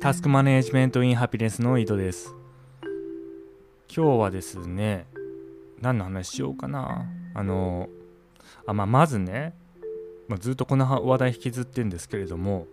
タスクマネージメントインハピネスの井戸です。今日はですね、何の話しようかな。まずね、ずっとこの話題引きずってるんですけれども、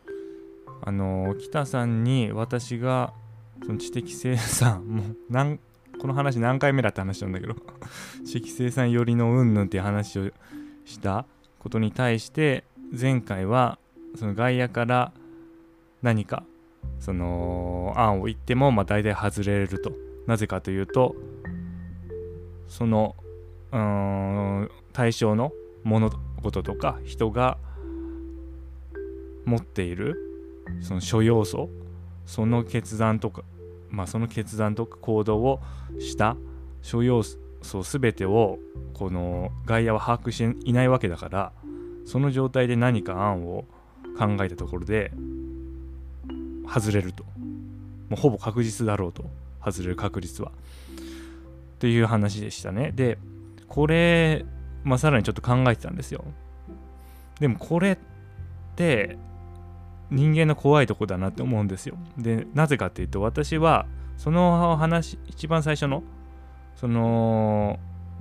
北さんに私がその知的生産この話何回目だって話なんだけど知的生産寄りのうんぬんっていう話をしたことに対して、前回はその外野から何かその案を言っても大体外れると。なぜかというと、その対象の物事とか人が持っているその諸要素、その決断とか行動をした諸要素すべてをこの外野は把握していないわけだから、その状態で何か案を考えたところで外れると、もうほぼ確実だろうと、外れる確率はっていう話でしたね。でこれ、さらにちょっと考えてたんですよ。でもこれって人間の怖いとこだなって思うんですよ。でなぜかっていうと、私はその話、一番最初のその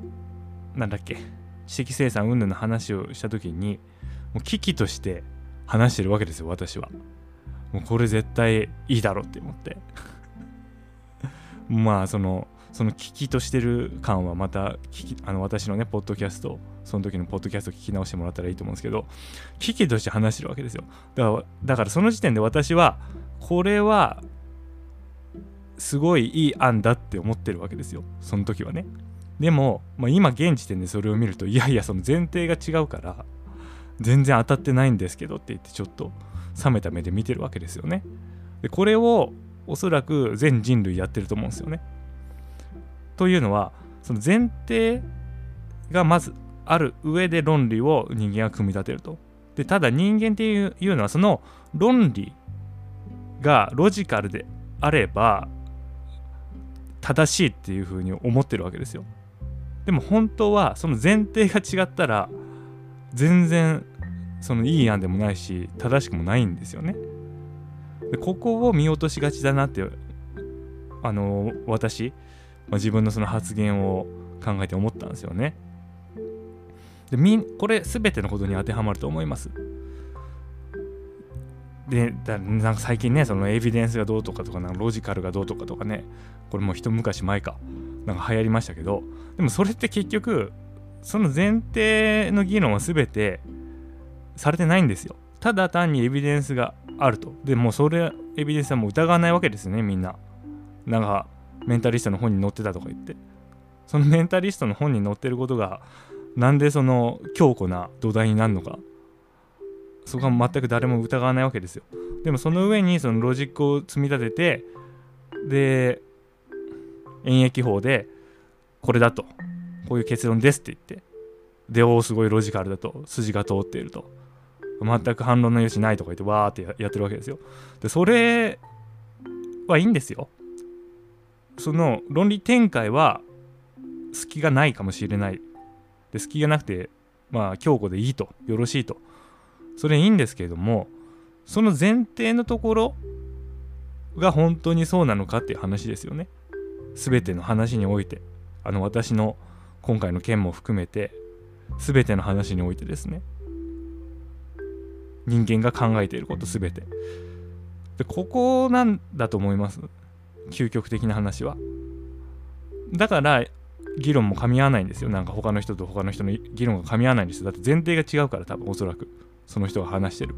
知的生産云々の話をした時に、もう危機として話してるわけですよ。私はもうこれ絶対いいだろうって思ってその危機としてる感はまた私のねポッドキャスト、その時のポッドキャスト聞き直してもらったらいいと思うんですけど、危機として話してるわけですよ。だからその時点で私はこれはすごいいい案だって思ってるわけですよ、その時はね。でも、今現時点でそれを見ると、いやいやその前提が違うから全然当たってないんですけどって言って、ちょっと冷めた目で見てるわけですよね。でこれをおそらく全人類やってると思うんですよね。というのは、その前提がまずある上で論理を人間が組み立てると。でただ人間っていうのは、その論理がロジカルであれば正しいっていうふうに思ってるわけですよ。でも本当はその前提が違ったら全然そのいい案でもないし正しくもないんですよね。でここを見落としがちだなって私、自分のその発言を考えて思ったんですよね。でこれ全てのことに当てはまると思います。でなんか最近ね、そのエビデンスがどうとかロジカルがどうとかね、これもう一昔前か流行りましたけど、でもそれって結局その前提の議論は全てされてないんですよ。ただ単にエビデンスがあると。でもうそれエビデンスはもう疑わないわけですよね、みんな。なんかメンタリストの本に載ってたとか言って、そのメンタリストの本に載ってることがなんでその強固な土台になるのか、そこは全く誰も疑わないわけですよ。でもその上にそのロジックを積み立てて、で演疫法でこれだと、こういう結論ですって言って、ですごいロジカルだと、筋が通っていると、全く反論の余地ないとか言ってわーってやってるわけですよ。でそれはいいんですよ。その論理展開は隙がないかもしれない。で隙がなくて強固でいいと、よろしいと、それいいんですけれども、その前提のところが本当にそうなのかっていう話ですよね。全ての話において、私の今回の件も含めて全ての話においてですね、人間が考えていること全てでここなんだと思います、究極的な話は。だから議論も噛み合わないんですよ。なんか他の人と他の人の議論が噛み合わないんですよ。だって前提が違うから、多分おそらくその人が話してる。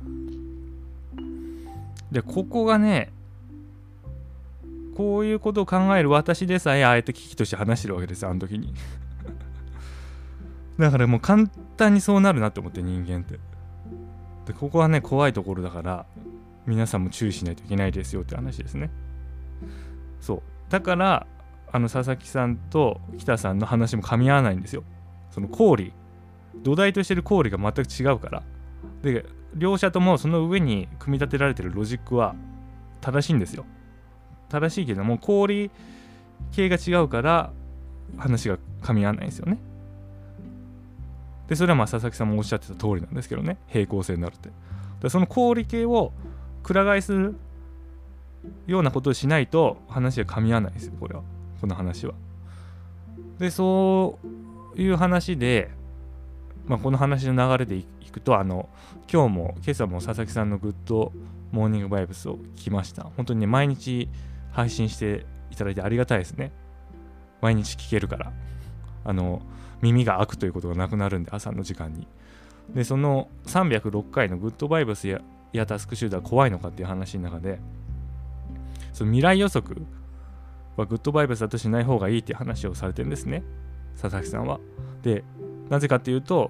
でここがね、こういうことを考える私でさえあえて危機として話してるわけですよ、あの時にだからもう簡単にそうなるなって思って、人間って。でここはね怖いところだから、皆さんも注意しないといけないですよって話ですね。そうだから佐々木さんと北さんの話も噛み合わないんですよ。その土台としてる公理が全く違うから。で両者ともその上に組み立てられてるロジックは正しいんですよ。正しいけども公理系が違うから話が噛み合わないんですよね。でそれは佐々木さんもおっしゃってた通りなんですけどね、平行線になるって。でその公理系をくら替えするようなことをしないと話が噛み合わないですよ、この話は。でそういう話で、この話の流れでいくと今朝も佐々木さんのグッドモーニングバイブスを聞きました。本当にね、毎日配信していただいてありがたいですね。毎日聞けるから耳が開くということがなくなるんで、朝の時間に。でその306回のグッドバイブスやタスクシューター怖いのかっていう話の中で、その未来予測はグッドバイブスだとしない方がいいっていう話をされてるんですね、佐々木さんは。でなぜかっていうと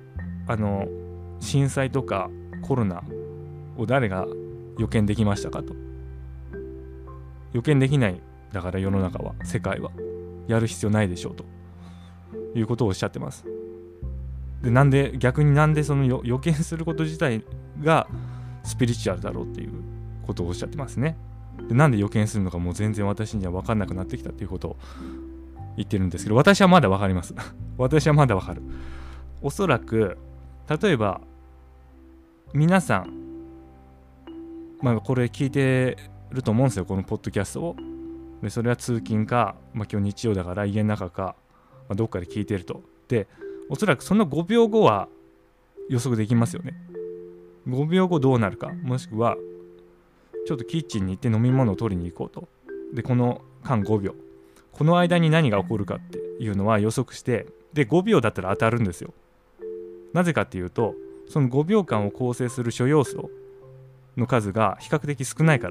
震災とかコロナを誰が予見できましたかと。予見できない。だから世の中は、世界はやる必要ないでしょうということをおっしゃってます。で逆になんでその予見すること自体がスピリチュアルだろうっていうことをおっしゃってますね。でなんで予見するのかもう全然私には分かんなくなってきたっていうことを言ってるんですけど、私はまだ分かります私はまだ分かる。おそらく例えば皆さんこれ聞いてると思うんですよ、このポッドキャストを。でそれは通勤か、今日日曜だから家の中か、どっかで聞いてると。でおそらくその5秒後は予測できますよね。5秒後どうなるか、もしくはちょっとキッチンに行って飲み物を取りに行こうと。でこの間5秒、この間に何が起こるかっていうのは予測して、で5秒だったら当たるんですよ。なぜかっていうと、その5秒間を構成する諸要素の数が比較的少ないから。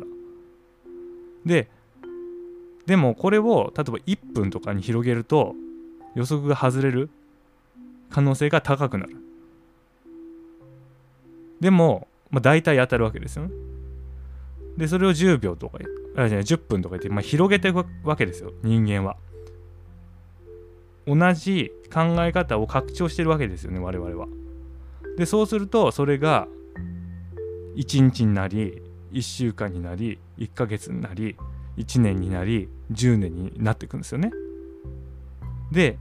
でもこれを例えば1分とかに広げると予測が外れる可能性が高くなる。でも、大体当たるわけですよね。でそれを10秒とか10分とか言って、広げていくわけですよ、人間は。同じ考え方を拡張してるわけですよね、我々は。でそうするとそれが1日になり、1週間になり、1ヶ月になり、1年になり、10年になっていくんですよね。で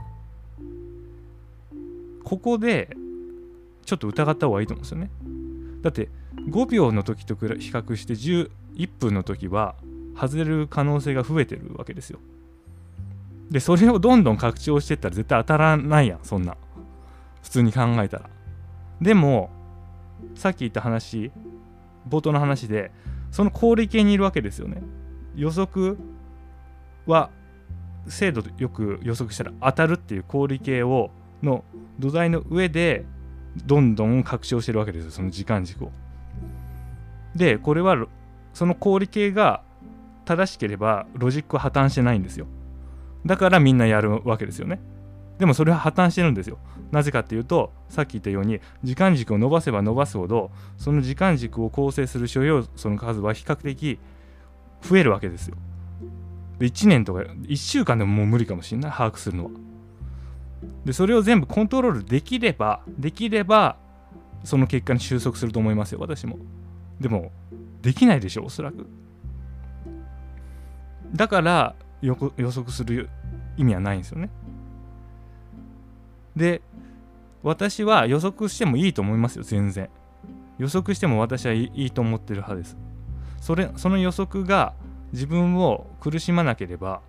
ここでちょっと疑った方がいいと思うんですよね。だって5秒の時と比較して1分の時は外れる可能性が増えてるわけですよ。でそれをどんどん拡張していったら絶対当たらないやん、そんな普通に考えたら。でもさっき言った話、冒頭の話でその氷系にいるわけですよね。予測は精度よく予測したら当たるっていう氷系の土台の上でどんどん拡張してるわけですよ、その時間軸を。でこれはその氷系が正しければロジックは破綻してないんですよ。だからみんなやるわけですよね。でもそれは破綻してるんですよ。なぜかっていうと、さっき言ったように時間軸を伸ばせば伸ばすほどその時間軸を構成する諸要素の数は比較的増えるわけですよ。で1年とか1週間でももう無理かもしれない、把握するのは。でそれを全部コントロールできればその結果に収束すると思いますよ、私も。でもできないでしょ、おそらく。だから予測する意味はないんですよね。で私は予測してもいいと思いますよ、全然。予測しても私はいいと思ってる派です。その予測が自分を苦しめなければ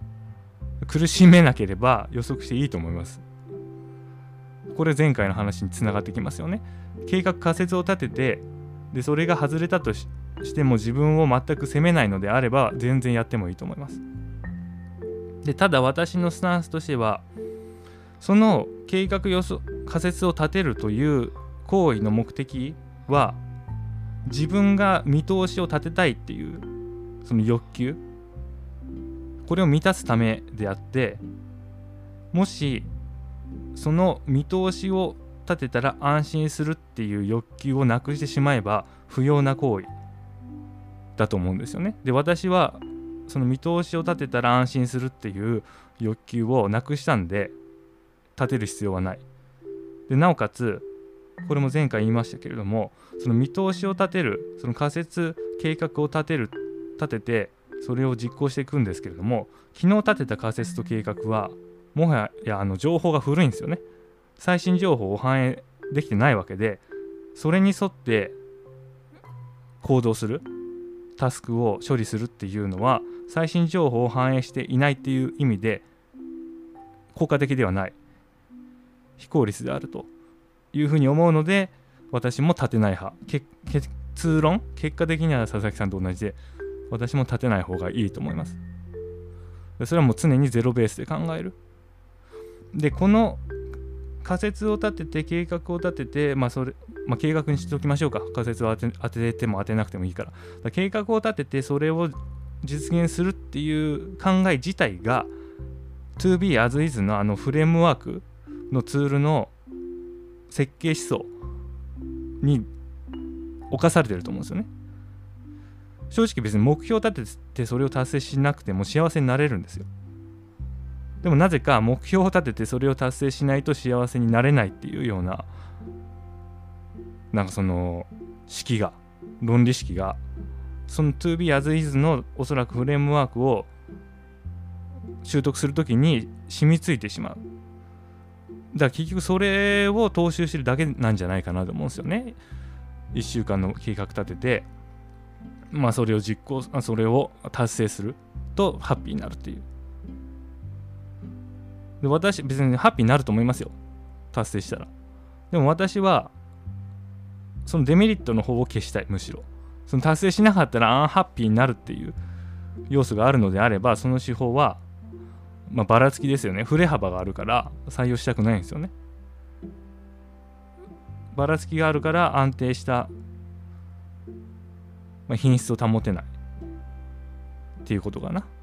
予測していいと思います。これ前回の話につながってきますよね。計画仮説を立てて、でそれが外れたとしても自分を全く責めないのであれば全然やってもいいと思います。でただ私のスタンスとしては、その計画仮説を立てるという行為の目的は自分が見通しを立てたいっていうその欲求、これを満たすためであって、もしその見通しを立てたら安心するっていう欲求をなくしてしまえば不要な行為だと思うんですよね。で私はその見通しを立てたら安心するっていう欲求をなくしたんで、立てる必要はない。でなおかつこれも前回言いましたけれども、その見通しを立てる、その仮説計画を立ててそれを実行していくんですけれども、昨日立てた仮説と計画はもはや情報が古いんですよね。最新情報を反映できてないわけで、それに沿って行動する、 タスクを処理するっていうのは最新情報を反映していないっていう意味で効果的ではない、非効率であるというふうに思うので、私も立てない派。結論、結果的には佐々木さんと同じで、私も立てない方がいいと思います。それはもう常にゼロベースで考える。で、この仮説を立てて計画を立てて、計画にしておきましょうか。仮説を当てても当てなくてもいいから。計画を立ててそれを実現するっていう考え自体が To be as is のフレームワークのツールの設計思想に侵されてると思うんですよね。正直別に目標を立ててそれを達成しなくても幸せになれるんですよ。でもなぜか目標を立ててそれを達成しないと幸せになれないっていうような、なんかその論理式がその To be as is のおそらくフレームワークを習得するときに染みついてしまう。だから結局それを踏襲してるだけなんじゃないかなと思うんですよね。1週間の計画立てて、それを達成するとハッピーになるっていう。で、私別にハッピーになると思いますよ、達成したら。でも私はそのデメリットの方を消したい。むしろその達成しなかったらアンハッピーになるっていう要素があるのであれば、その手法はばらつきですよね。振れ幅があるから採用したくないんですよね。ばらつきがあるから安定した、品質を保てないっていうことかな。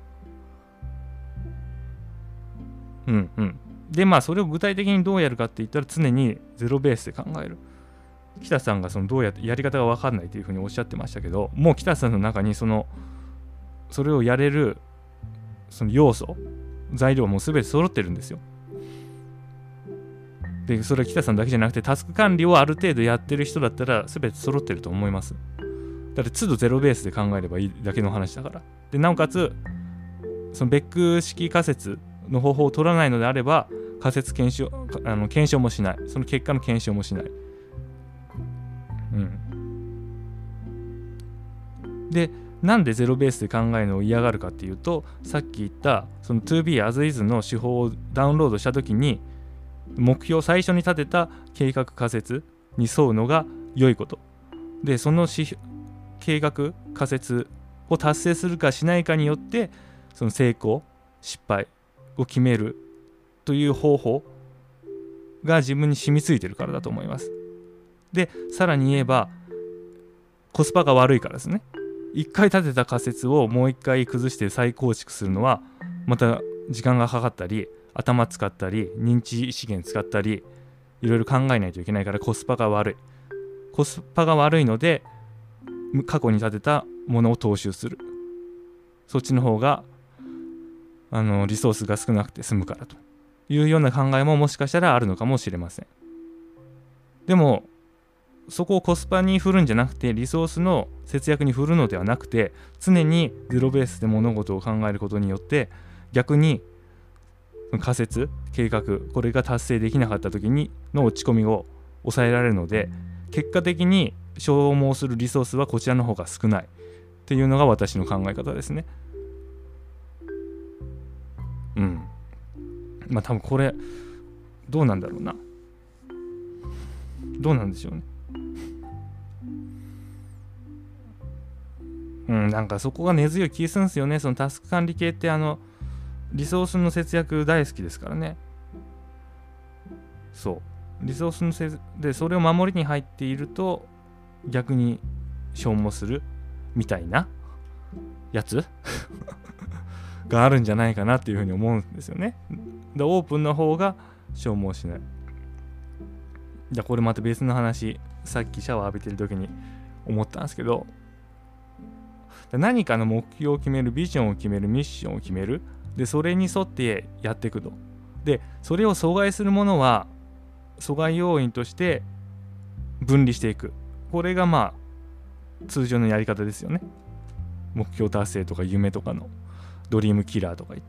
でそれを具体的にどうやるかって言ったら、常にゼロベースで考える。北さんがどうやってやり方が分かんないというふうにおっしゃってましたけど、もう北さんの中にそれをやれるその要素、材料も全て揃ってるんですよ。で、それは北さんだけじゃなくて、タスク管理をある程度やってる人だったら全て揃ってると思います。だって都度ゼロベースで考えればいいだけの話だから。で、なおかつそのベック式仮説の方法を取らないのであれば、仮説検証もしない。その結果の検証もしない。で、なんでゼロベースで考えるのを嫌がるかっていうと、さっき言ったその To be as is の手法をダウンロードしたときに、目標、最初に立てた計画仮説に沿うのが良いことで、その計画仮説を達成するかしないかによって、その成功失敗を決めるという方法が自分に染みついてるからだと思います。で、さらに言えばコスパが悪いからですね。一回立てた仮説をもう一回崩して再構築するのはまた時間がかかったり、頭使ったり、認知資源使ったり、いろいろ考えないといけないからコスパが悪いので、過去に立てたものを踏襲する。そっちの方がリソースが少なくて済むからというような考えももしかしたらあるのかもしれません。でもそこをコスパに振るんじゃなくて、リソースの節約に振るのではなくて、常にゼロベースで物事を考えることによって逆に仮説、計画、これが達成できなかった時にの落ち込みを抑えられるので、結果的に消耗するリソースはこちらの方が少ないっていうのが私の考え方ですね。多分これどうなんだろうな。どうなんでしょうね。なんかそこが根強い気がするんですよね。そのタスク管理系ってリソースの節約大好きですからね。そう。リソースのでそれを守りに入っていると逆に消耗するみたいなやつがあるんじゃないかなっていうふうに思うんですよね。で、オープンの方が消耗しない。じゃあこれまた別の話、さっきシャワー浴びてる時に思ったんですけど、何かの目標を決める、ビジョンを決める、ミッションを決める。で、それに沿ってやっていくと。で、それを阻害するものは阻害要因として分離していく。これが通常のやり方ですよね。目標達成とか夢とかのドリームキラーとか言って。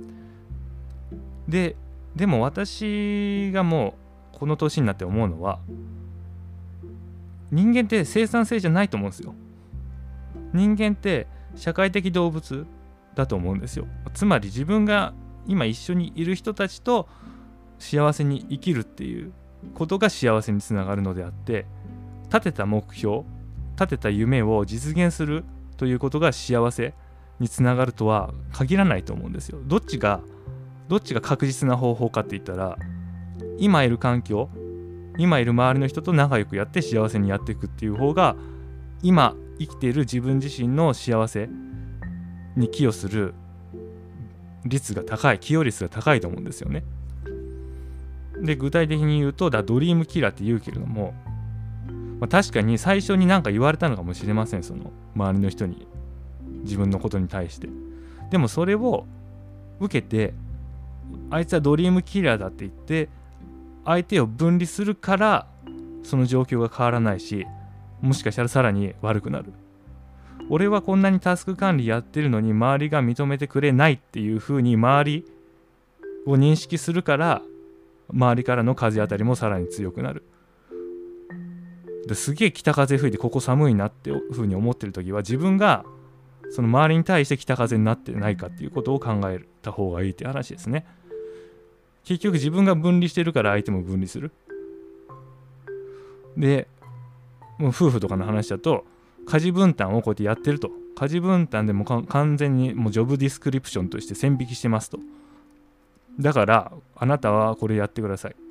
でも私がもうこの年になって思うのは、人間って生産性じゃないと思うんですよ。 人間って社会的動物だと思うんですよ。つまり自分が今一緒にいる人たちと幸せに生きるっていうことが幸せにつながるのであって、立てた目標、立てた夢を実現するということが幸せにつながるとは限らないと思うんですよ。どっちが確実な方法かって言ったら、今いる環境、今いる周りの人と仲良くやって幸せにやっていくっていう方が、今生きている自分自身の幸せに寄与する率が高い、寄与率が高いと思うんですよね。で、具体的に言うと、ドリームキラーって言うけれども、確かに最初に何か言われたのかもしれません、その周りの人に、自分のことに対して。でもそれを受けて、あいつはドリームキラーだって言って相手を分離するから、その状況が変わらないし、もしかしたらさらに悪くなる。俺はこんなにタスク管理やってるのに周りが認めてくれないっていう風に周りを認識するから、周りからの風当たりもさらに強くなる。ですげえ北風吹いてここ寒いなっていう風に思ってる時は、自分がその周りに対して北風になってないかっていうことを考えた方がいいって話ですね。結局自分が分離してるから相手も分離する。で、もう夫婦とかの話だと、家事分担をこうやってやってると、家事分担でも完全にもうジョブディスクリプションとして線引きしてますと。だからあなたはこれやってください。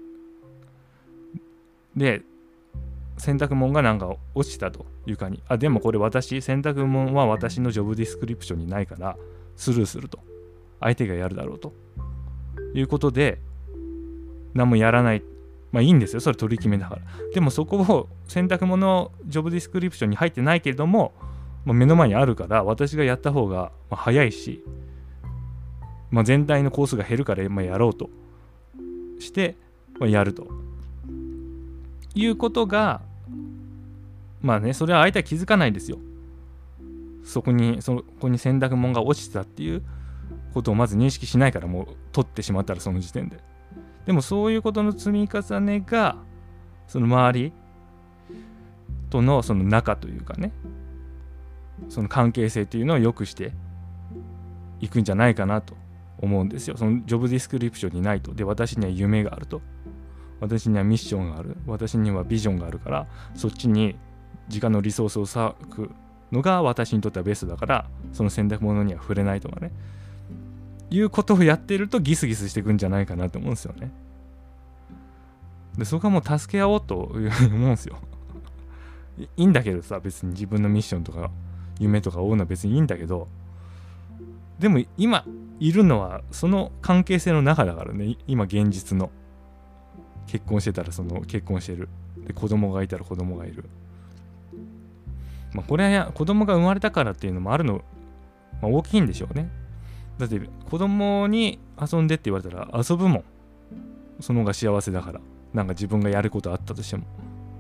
で、洗濯物がなんか落ちたと、床に。でもこれ洗濯物は私のジョブディスクリプションにないからスルーすると。相手がやるだろうということで、何もやらない。いいんですよ、それ取り決めだから。でもそこを洗濯物ジョブディスクリプションに入ってないけれども、目の前にあるから私がやった方が早いし、全体のコースが減るからやろうとしてやるということが、それは相手は気づかないんですよ。そこに洗濯物が落ちてたっていうことをまず認識しないから、もう取ってしまったらその時点で。でもそういうことの積み重ねが、その周りとのその仲というかね、その関係性っていうのを良くしていくんじゃないかなと思うんですよ。そのジョブディスクリプションにないと。で、私には夢があると。私にはミッションがある。私にはビジョンがあるから、そっちに時間のリソースを割くのが私にとってはベストだから、その洗濯物には触れないとかね。いうことをやってるとギスギスしていくんじゃないかなと思うんですよね。で、そこはもう助け合おうというふうに思うんですよ。いいんだけどさ、別に自分のミッションとか夢とか追うのは別にいいんだけど、でも今いるのはその関係性の中だからね。今現実の結婚してたら結婚してる。で、子供がいたら子供がいる。これは子供が生まれたからっていうのもあるの、大きいんでしょうね。だって子供に遊んでって言われたら遊ぶもん。その方が幸せだから。なんか自分がやることあったとしても。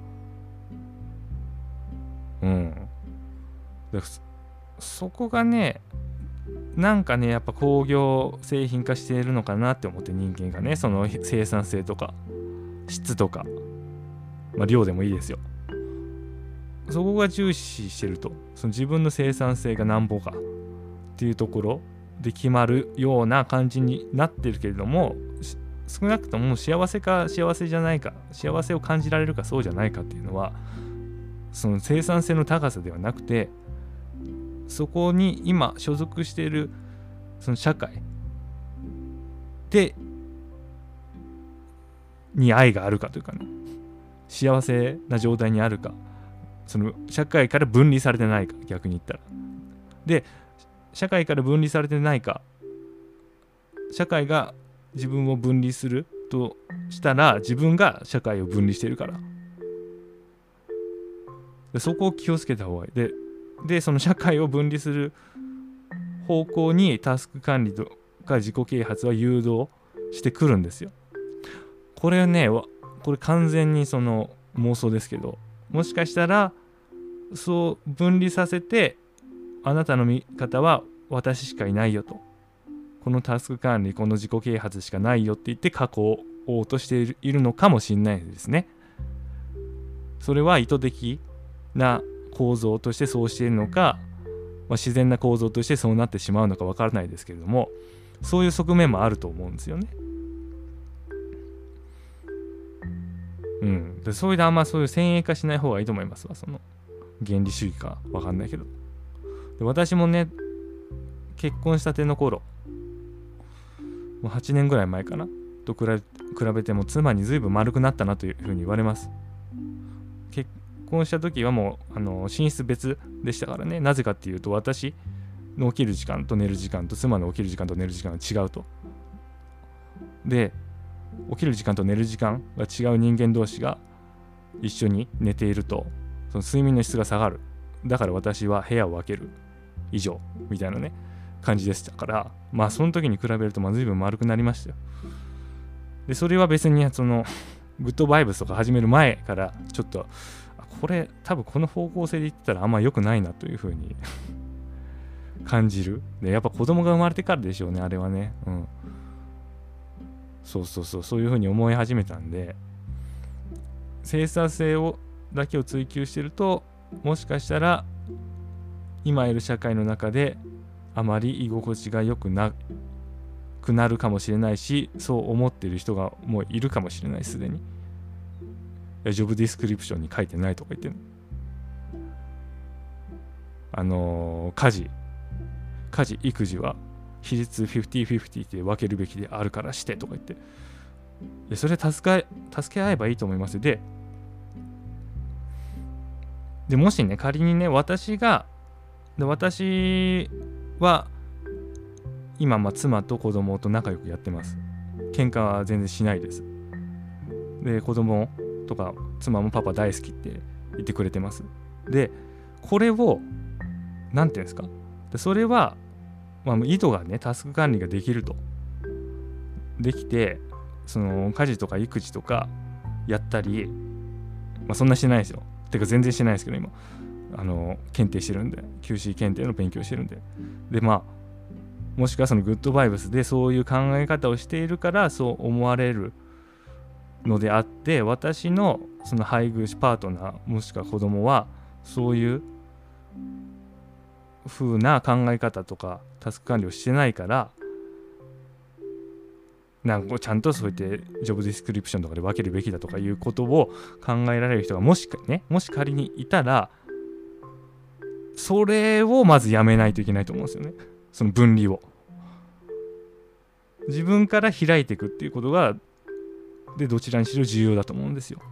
そこがね、なんかね、やっぱ工業製品化しているのかなって思って、人間がね、その生産性とか質とか、量でもいいですよ。そこが重視してると、その自分の生産性がなんぼかっていうところで決まるような感じになってるけれども、少なくとも幸せか幸せじゃないか、幸せを感じられるかそうじゃないかっていうのは、その生産性の高さではなくて、そこに今所属しているその社会でに愛があるかというかね、幸せな状態にあるか、その社会から分離されてないか、逆に言ったら。で、社会から分離されてないか、社会が自分を分離するとしたら、自分が社会を分離しているから。で、そこを気をつけた方がいい。で、その社会を分離する方向にタスク管理とか自己啓発は誘導してくるんですよ。これね、これ完全にその妄想ですけど、もしかしたらそう分離させて、あなたの見方は私しかいないよと、このタスク管理、この自己啓発しかないよって言って囲おうとしているのかもしれないですね。それは意図的な構造としてそうしているのか、 自然な構造としてそうなってしまうのかわからないですけれども、そういう側面もあると思うんですよね。でそういうのあんまそういう先鋭化しない方がいいと思いますわ。その原理主義かわかんないけど。で私もね、結婚したての頃、もう8年ぐらい前かなと比べても妻に随分丸くなったなというふうに言われます。結婚した時はもう寝室別でしたからね。なぜかっていうと、私の起きる時間と寝る時間と妻の起きる時間と寝る時間が違うと。で起きる時間と寝る時間が違う人間同士が一緒に寝ていると、その睡眠の質が下がる。だから私は部屋を分ける以上みたいなね感じでしたから、その時に比べると随分丸くなりましたよ。でそれは別にそのグッドバイブスとか始める前からちょっとこれ多分この方向性で言ってたらあんま良くないなというふうに感じる。でやっぱ子供が生まれてからでしょうね、あれはね。そういうふうに思い始めたんで、生産性だけを追求してると、もしかしたら今いる社会の中であまり居心地が良くなくなるかもしれないし、そう思っている人がもういるかもしれない。すでにジョブディスクリプションに書いてないとか言ってる。家事育児は比率 50-50 って分けるべきであるからしてとか言って、それ助け合えばいいと思います。でもしね、仮にね、私は今妻と子供と仲良くやってます。喧嘩は全然しないです。で子供とか妻もパパ大好きって言ってくれてます。でこれをなんていうんですか、でそれは意図がね、タスク管理ができるとできて、その家事とか育児とかやったり、そんなしてないですよ。てか全然してないですけど、今検定してるんで、QC 検定の勉強してるんで、でもしくはそのグッドバイブスでそういう考え方をしているからそう思われるのであって、私のその配偶者パートナーもしくは子供はそういう風な考え方とかタスク管理をしてないから、なんかちゃんとそうやってジョブディスクリプションとかで分けるべきだとかいうことを考えられる人がもし仮にいたら、それをまずやめないといけないと思うんですよね。その分離を自分から開いていくっていうことがどちらにしろ重要だと思うんですよ。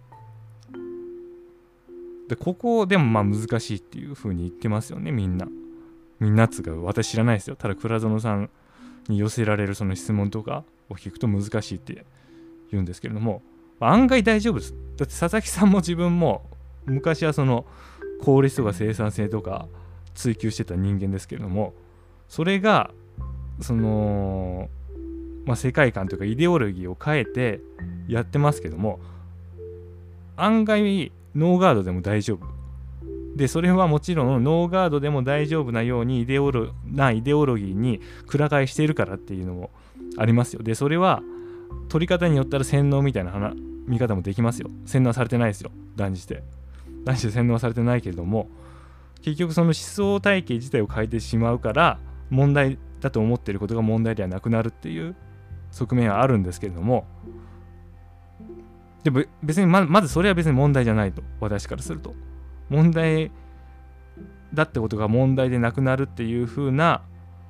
でここでも難しいっていう風に言ってますよね、みんなっつうか私知らないですよ。ただ倉園さんに寄せられるその質問とかを聞くと難しいって言うんですけれども、案外大丈夫です。だって佐々木さんも自分も昔はその効率とか生産性とか追求してた人間ですけれども、それがその世界観というかイデオロギーを変えてやってますけども、案外ノーガードでも大丈夫で、それはもちろんノーガードでも大丈夫なようにイデオロギーにくら替えしているからっていうのもありますよ。でそれは取り方によったら洗脳みたいな見方もできますよ。洗脳はされてないですよ、断じて洗脳はされてないけれども、結局その思想体系自体を変えてしまうから問題だと思っていることが問題ではなくなるっていう側面はあるんですけれども、でも別に まずそれは別に問題じゃないと、私からすると問題だってことが問題でなくなるっていう風な、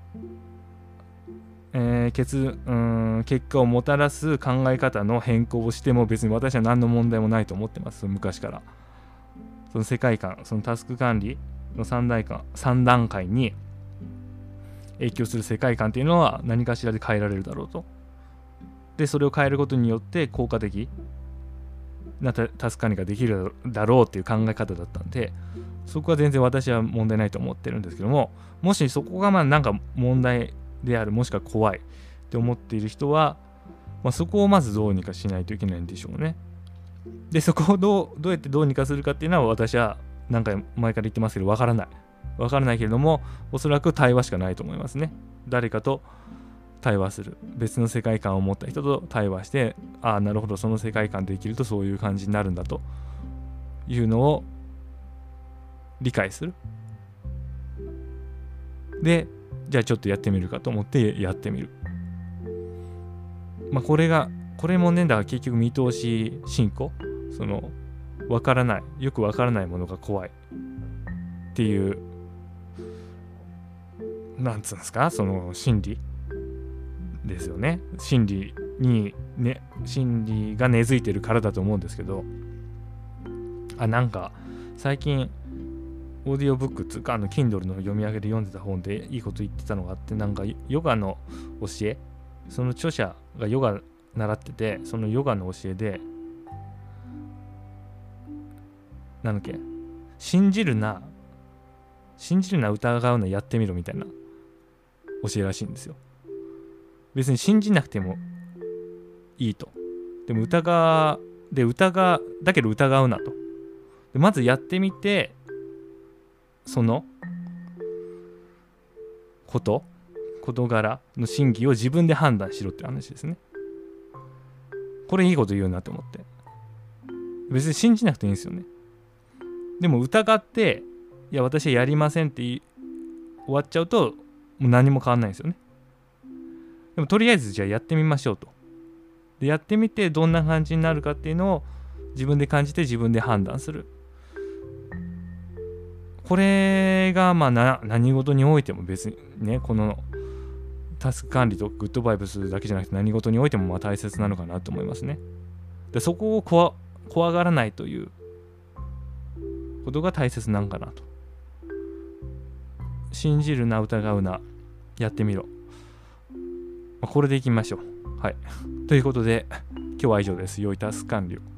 結果をもたらす考え方の変更をしても別に私は何の問題もないと思ってます。昔からその世界観、そのタスク管理の3段階に影響する世界観っていうのは何かしらで変えられるだろうと。でそれを変えることによって効果的なタスク管理ができるだろうっていう考え方だったんで、そこは全然私は問題ないと思ってるんですけども、もしそこがなんか問題である、もしくは怖いって思っている人は、そこをまずどうにかしないといけないんでしょうね。でそこをどうやってどうにかするかっていうのは私は何回前から言ってますけどわからないけれども、おそらく対話しかないと思いますね。誰かと対話する、別の世界観を持った人と対話して、なるほど、その世界観で生きるとそういう感じになるんだというのを理解する。 でじゃあちょっとやってみるかと思ってやってみる。これもね、だから結局見通し進行、そのよくわからないものが怖いっていう、なんつうんですか、その心理ですよね。心理が根付いてるからだと思うんですけど、なんか最近オーディオブックつうかKindle の読み上げで読んでた本でいいこと言ってたのがあって、なんかヨガの教え、その著者がヨガ習ってて、そのヨガの教えでなんだっけ、信じるな疑うなやってみろみたいな教えらしいんですよ。別に信じなくてもいいと。でもだけど疑うなと。でまずやってみて、その事柄の真偽を自分で判断しろって話ですね。これいいこと言うなと思って。別に信じなくていいんですよね。でも疑って、いや私はやりませんって終わっちゃうと、もう何も変わんないんですよね。でもとりあえずじゃあやってみましょうと。でやってみてどんな感じになるかっていうのを自分で感じて自分で判断する。これが何事においても別にね、このタスク管理とグッドバイブスだけじゃなくて何事においても大切なのかなと思いますね。でそこを怖がらないということが大切なんかなと。信じるな疑うなやってみろ。これでいきましょう。はい。ということで今日は以上です。良いタスク管理を。